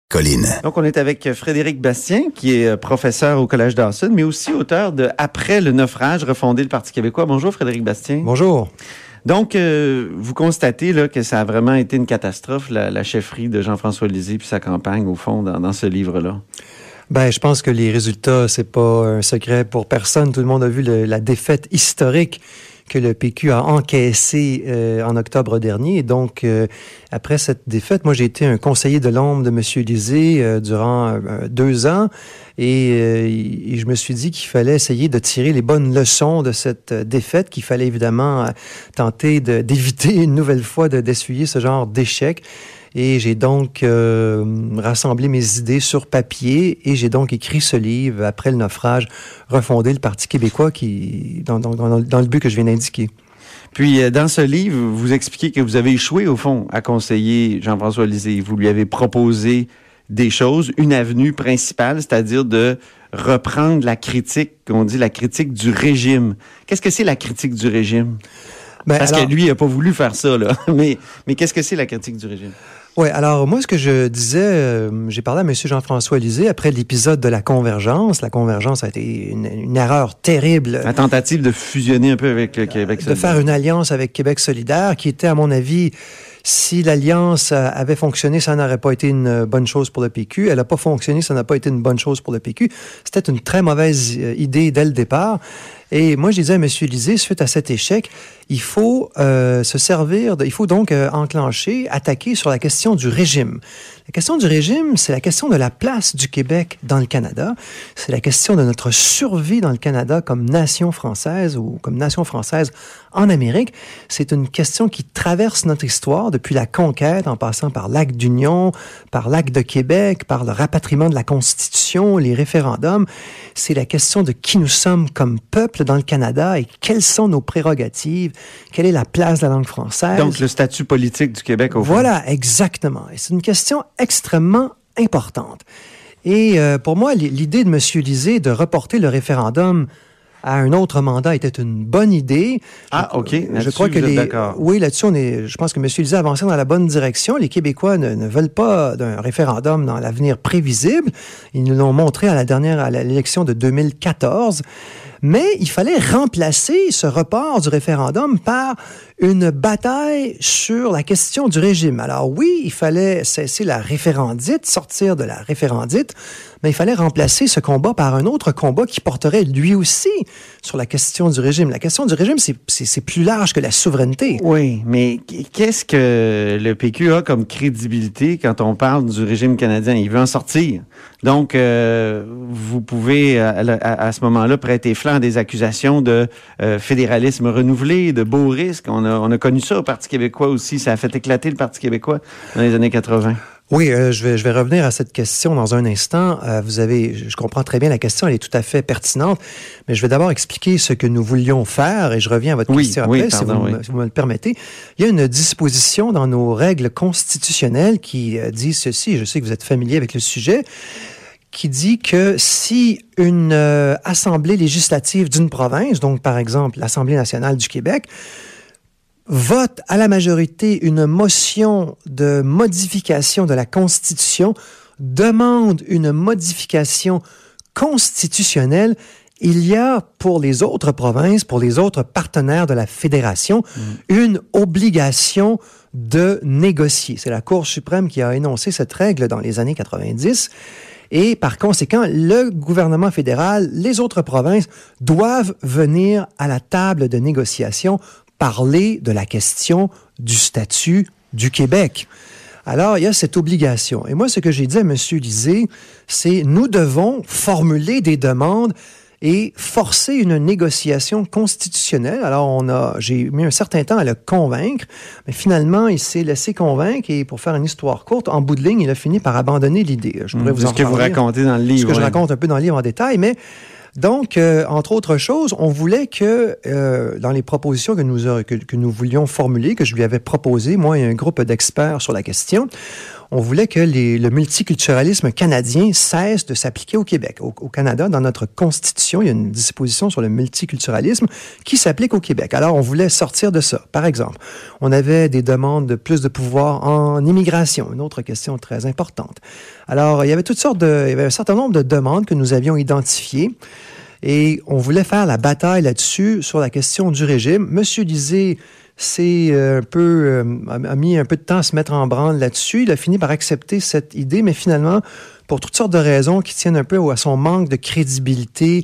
Colline. Donc, on est avec Frédéric Bastien, qui est professeur au Collège Dawson, mais aussi auteur de « Après le naufrage, refonder le Parti québécois ». Bonjour, Frédéric Bastien. Bonjour. Donc, vous constatez là, que ça a vraiment été une catastrophe, la chefferie de Jean-François Lisée puis sa campagne, au fond, dans ce livre-là. Ben, je pense que les résultats, c'est pas un secret pour personne. Tout le monde a vu la défaite historique que le PQ a encaissée en octobre dernier. Et donc, après cette défaite, moi, j'ai été un conseiller de l'ombre de M. Lisée durant 2 ans. Et je me suis dit qu'il fallait essayer de tirer les bonnes leçons de cette défaite, qu'il fallait évidemment tenter d'éviter une nouvelle fois d'essuyer ce genre d'échec. Et j'ai donc rassemblé mes idées sur papier et j'ai donc écrit ce livre, Après le naufrage, refonder le Parti québécois, dans le but que je viens d'indiquer. Puis, dans ce livre, vous expliquez que vous avez échoué, au fond, à conseiller Jean-François Lisée. Vous lui avez proposé des choses, une avenue principale, c'est-à-dire de reprendre la critique, qu'on dit la critique du régime. Qu'est-ce que c'est la critique du régime? Parce que lui, il n'a pas voulu faire ça, là. Mais qu'est-ce que c'est la critique du régime? Oui, alors moi, ce que je disais, j'ai parlé à M. Jean-François Lisée après l'épisode de la Convergence. La Convergence a été une erreur terrible. La tentative de fusionner un peu avec le Québec solidaire. De faire une alliance avec Québec solidaire, qui était, à mon avis, si l'alliance avait fonctionné, ça n'aurait pas été une bonne chose pour le PQ. Elle n'a pas fonctionné, ça n'a pas été une bonne chose pour le PQ. C'était une très mauvaise idée dès le départ. Et moi, je disais à M. Lisée, suite à cet échec, il faut il faut donc attaquer sur la question du régime. La question du régime, c'est la question de la place du Québec dans le Canada. C'est la question de notre survie dans le Canada comme nation française ou comme nation française en Amérique. C'est une question qui traverse notre histoire depuis la conquête, en passant par l'Acte d'Union, par l'Acte de Québec, par le rapatriement de la Constitution, les référendums. C'est la question de qui nous sommes comme peuple dans le Canada et quelles sont nos prérogatives, quelle est la place de la langue française. Donc, le statut politique du Québec, au fond. Voilà, exactement. Et c'est une question extrêmement importante. Et pour moi, l'idée de M. Lisée de reporter le référendum à un autre mandat était une bonne idée. Ah, OK. Je crois que d'accord. Oui, là-dessus, je pense que M. Lisée avançait dans la bonne direction. Les Québécois ne veulent pas d'un référendum dans l'avenir prévisible. Ils nous l'ont montré à l'élection de 2014. Mais il fallait remplacer ce report du référendum par une bataille sur la question du régime. Alors oui, il fallait cesser la référendite, sortir de la référendite, mais il fallait remplacer ce combat par un autre combat qui porterait lui aussi sur la question du régime. La question du régime, c'est plus large que la souveraineté. Oui, mais qu'est-ce que le PQ a comme crédibilité quand on parle du régime canadien? Il veut en sortir. Donc, vous pouvez, à ce moment-là, prêter flanc à des accusations de fédéralisme renouvelé, de beaux risques. On a connu ça au Parti québécois aussi. Ça a fait éclater le Parti québécois dans les années 80. Oui, je vais revenir à cette question dans un instant. Je comprends très bien la question, elle est tout à fait pertinente, mais je vais d'abord expliquer ce que nous voulions faire et je reviens à votre question après, si vous me le permettez. Il y a une disposition dans nos règles constitutionnelles qui dit ceci, je sais que vous êtes familier avec le sujet, qui dit que si une assemblée législative d'une province, donc par exemple l'Assemblée nationale du Québec, vote à la majorité une motion de modification de la Constitution, demande une modification constitutionnelle, il y a pour les autres provinces, pour les autres partenaires de la Fédération, une obligation de négocier. C'est la Cour suprême qui a énoncé cette règle dans les années 90. Et par conséquent, le gouvernement fédéral, les autres provinces doivent venir à la table de négociation parler de la question du statut du Québec. Alors, il y a cette obligation. Et moi, ce que j'ai dit à M. Lisée, c'est nous devons formuler des demandes et forcer une négociation constitutionnelle. Alors, j'ai mis un certain temps à le convaincre, mais finalement, il s'est laissé convaincre et pour faire une histoire courte, en bout de ligne, il a fini par abandonner l'idée. Je pourrais vous en parler. Ce que vous racontez dans le livre. Ce que je raconte un peu dans le livre en détail, mais donc, entre autres choses, on voulait que, dans les propositions que nous voulions formuler, que je lui avais proposées, moi et un groupe d'experts sur la question, on voulait que le multiculturalisme canadien cesse de s'appliquer au Québec. Au Canada, dans notre Constitution, il y a une disposition sur le multiculturalisme qui s'applique au Québec. Alors, on voulait sortir de ça. Par exemple, on avait des demandes de plus de pouvoir en immigration, une autre question très importante. Alors, il y avait un certain nombre de demandes que nous avions identifiées et on voulait faire la bataille là-dessus sur la question du régime. Monsieur Lisée a mis un peu de temps à se mettre en branle là-dessus. Il a fini par accepter cette idée, mais finalement, pour toutes sortes de raisons qui tiennent un peu à son manque de crédibilité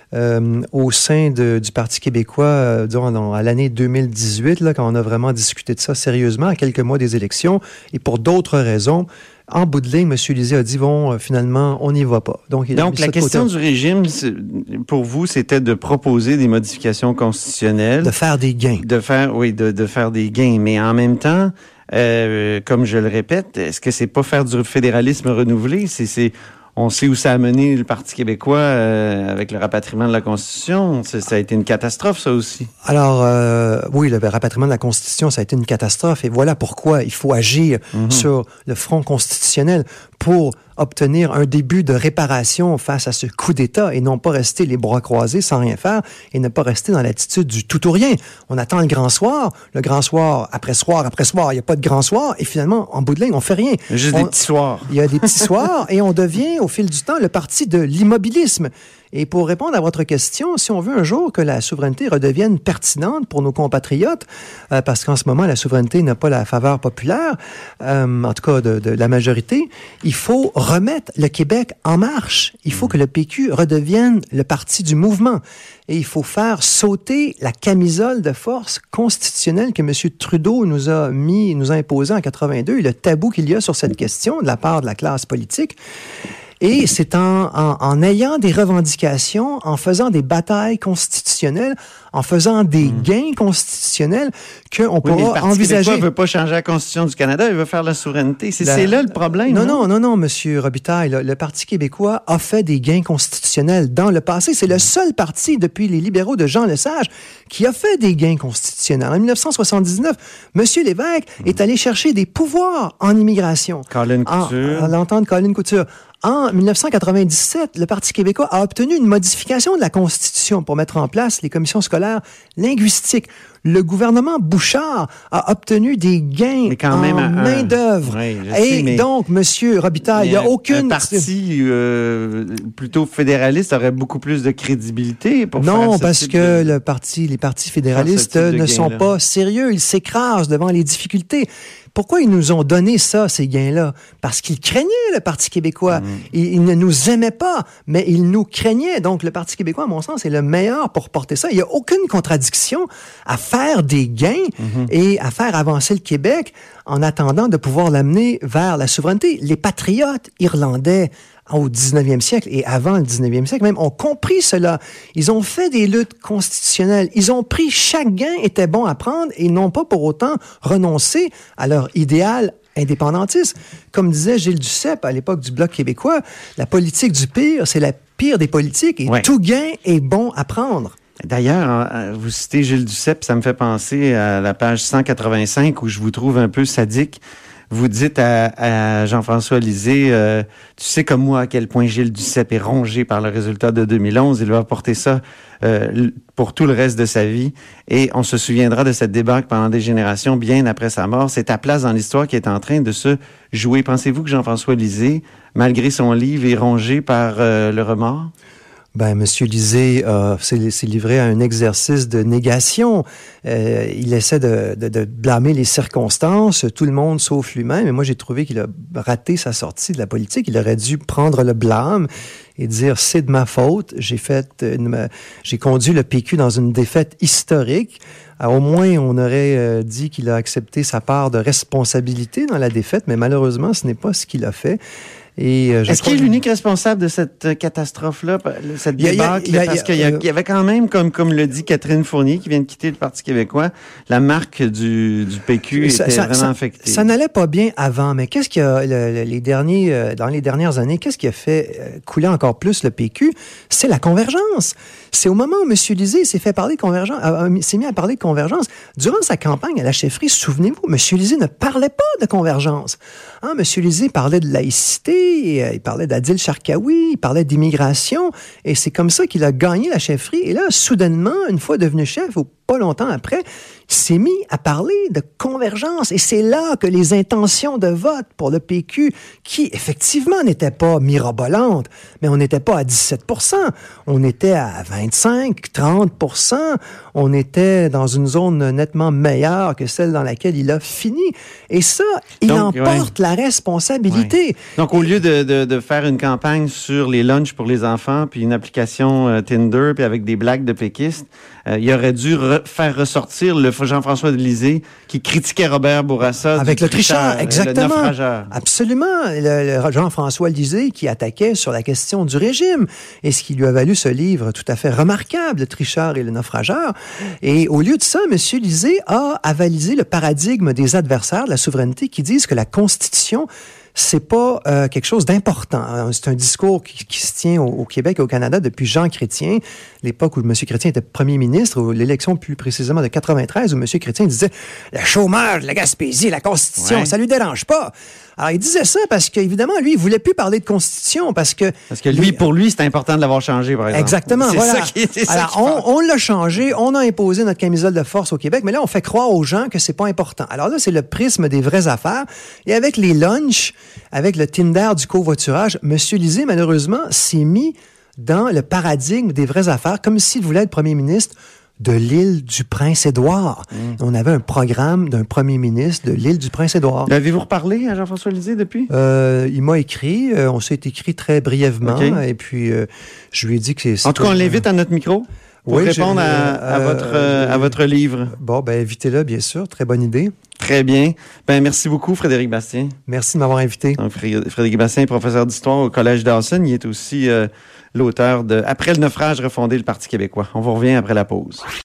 au sein du Parti québécois, à l'année 2018, là, quand on a vraiment discuté de ça sérieusement, à quelques mois des élections, et pour d'autres raisons, en bout de ligne, M. Lisée a dit, finalement, on n'y va pas. Donc la question du régime, pour vous, c'était de proposer des modifications constitutionnelles. De faire des gains. De faire des gains. Mais en même temps, comme je le répète, est-ce que c'est pas faire du fédéralisme renouvelé? On sait où ça a mené le Parti québécois avec le rapatriement de la Constitution. Ça a été une catastrophe, ça aussi. Alors, oui, le rapatriement de la Constitution, ça a été une catastrophe. Et voilà pourquoi il faut agir sur le front constitutionnel pour obtenir un début de réparation face à ce coup d'État et non pas rester les bras croisés sans rien faire et ne pas rester dans l'attitude du tout ou rien. On attend le grand soir, après soir, il n'y a pas de grand soir et finalement, en bout de ligne, on fait rien. Juste des petits soirs. Il y a des petits soirs et on devient, au fil du temps, le parti de l'immobilisme. Et pour répondre à votre question, si on veut un jour que la souveraineté redevienne pertinente pour nos compatriotes, parce qu'en ce moment, la souveraineté n'a pas la faveur populaire, en tout cas de la majorité, il faut remettre le Québec en marche. Il faut que le PQ redevienne le parti du mouvement. Et il faut faire sauter la camisole de force constitutionnelle que M. Trudeau nous a imposée en 82 et le tabou qu'il y a sur cette question de la part de la classe politique. Et c'est en ayant des revendications, en faisant des batailles constitutionnelles, en faisant des gains constitutionnels qu'on pourra envisager. Le Parti québécois ne veut pas changer la Constitution du Canada, il veut faire la souveraineté. C'est là le problème. Non, Monsieur Robitaille. Le Parti québécois a fait des gains constitutionnels dans le passé. C'est le seul parti depuis les libéraux de Jean Lesage qui a fait des gains constitutionnels. En 1979, Monsieur Lévesque est allé chercher des pouvoirs en immigration. Colin Couture. À l'entendre Colin Couture. En 1997, le Parti québécois a obtenu une modification de la Constitution pour mettre en place les commissions scolaires linguistiques. Le gouvernement Bouchard a obtenu des gains main-d'œuvre. Oui, donc, Monsieur Robitaille, il n'y a aucune... Un parti plutôt fédéraliste aurait beaucoup plus de crédibilité pour faire Non, parce que les partis fédéralistes ne sont pas sérieux. Ils s'écrasent devant les difficultés. Pourquoi ils nous ont donné ces gains-là? Parce qu'ils craignaient le Parti québécois. Ils ne nous aimaient pas, mais ils nous craignaient. Donc, le Parti québécois, à mon sens, est le meilleur pour porter ça. Il n'y a aucune contradiction à faire des gains et à faire avancer le Québec en attendant de pouvoir l'amener vers la souveraineté. Les patriotes irlandais au 19e siècle et avant le 19e siècle même, ont compris cela. Ils ont fait des luttes constitutionnelles. Ils ont pris chaque gain était bon à prendre et n'ont pas pour autant renoncé à leur idéal indépendantiste. Comme disait Gilles Duceppe à l'époque du Bloc québécois, la politique du pire, c'est la pire des politiques et tout gain est bon à prendre. D'ailleurs, vous citez Gilles Duceppe, ça me fait penser à la page 185 où je vous trouve un peu sadique. Vous dites à Jean-François Lisée, tu sais comme moi à quel point Gilles Duceppe est rongé par le résultat de 2011. Il va porter ça pour tout le reste de sa vie. Et on se souviendra de cette débâcle pendant des générations, bien après sa mort. C'est ta place dans l'histoire qui est en train de se jouer. Pensez-vous que Jean-François Lisée, malgré son livre, est rongé par le remords? Monsieur Lisée s'est livré à un exercice de négation. Il essaie de blâmer les circonstances, tout le monde sauf lui-même. Et moi, j'ai trouvé qu'il a raté sa sortie de la politique. Il aurait dû prendre le blâme et dire c'est de ma faute. J'ai conduit le PQ dans une défaite historique. Au moins, on aurait dit qu'il a accepté sa part de responsabilité dans la défaite, mais malheureusement, ce n'est pas ce qu'il a fait. Est-ce qu'il est l'unique responsable de cette catastrophe-là, cette débâcle? Parce qu'il y avait quand même, comme le dit Catherine Fournier, qui vient de quitter le Parti québécois, la marque du PQ était vraiment affectée. Ça n'allait pas bien avant, mais qu'est-ce qui a, dans les dernières années, qu'est-ce qui a fait couler encore plus le PQ? C'est la convergence. C'est au moment où M. Lisée s'est mis à parler de convergence. Durant sa campagne à la chefferie, souvenez-vous, M. Lisée ne parlait pas de convergence. M. Lisée parlait de laïcité, il parlait d'Adil Sharkawi, il parlait d'immigration, et c'est comme ça qu'il a gagné la chefferie. Et là, soudainement, une fois devenu chef, ou pas longtemps après, il s'est mis à parler de convergence. Et c'est là que les intentions de vote pour le PQ, qui effectivement n'étaient pas mirabolantes, mais on n'était pas à 17%, on était à 25-30%, on était dans une zone nettement meilleure que celle dans laquelle il a fini. Et ça, il en porte la responsabilité. Ouais. Donc, au lieu de faire une campagne sur les lunchs pour les enfants, puis une application Tinder, puis avec des blagues de péquistes, il aurait dû faire ressortir le Jean-François Lisée qui critiquait Robert Bourassa. Avec le tricheur, exactement. Le naufrageur. Absolument. Le Jean-François Lisée qui attaquait sur la question du régime. Et ce qui lui a valu ce livre tout à fait remarquable, Le tricheur et le naufrageur. Et au lieu de ça, M. Lisée a avalisé le paradigme des adversaires de la souveraineté qui disent que la Constitution, c'est pas quelque chose d'important. C'est un discours qui se tient au Québec et au Canada depuis Jean Chrétien, l'époque où M. Chrétien était premier ministre, ou l'élection plus précisément de 93, où M. Chrétien disait « Le chômage, la Gaspésie, la Constitution, ça lui dérange pas ». Alors, il disait ça parce qu'évidemment, lui, il voulait plus parler de Constitution parce que pour lui, c'est important de l'avoir changé, par exemple. Exactement, voilà. Alors, on l'a changé, on a imposé notre camisole de force au Québec, mais là, on fait croire aux gens que c'est pas important. Alors là, c'est le prisme des vraies affaires. Et avec les lunchs, avec le Tinder du covoiturage, M. Lisée, malheureusement, s'est mis dans le paradigme des vraies affaires, comme s'il voulait être premier ministre de l'île du Prince-Édouard. On avait un programme d'un premier ministre de l'île du Prince-Édouard. L'avez-vous reparlé à Jean-François Lisée depuis? Il m'a écrit. On s'est écrit très brièvement. Okay. Et puis, je lui ai dit que c'est... En tout cas, on l'invite à notre micro pour répondre à votre livre. Bon, ben invitez-le, bien sûr. Très bonne idée. Très bien. Ben merci beaucoup, Frédéric Bastien. Merci de m'avoir invité. Donc, Frédéric Bastien, professeur d'histoire au Collège Dawson. Il est aussi l'auteur de « Après le naufrage, refonder le Parti québécois ». On vous revient après la pause.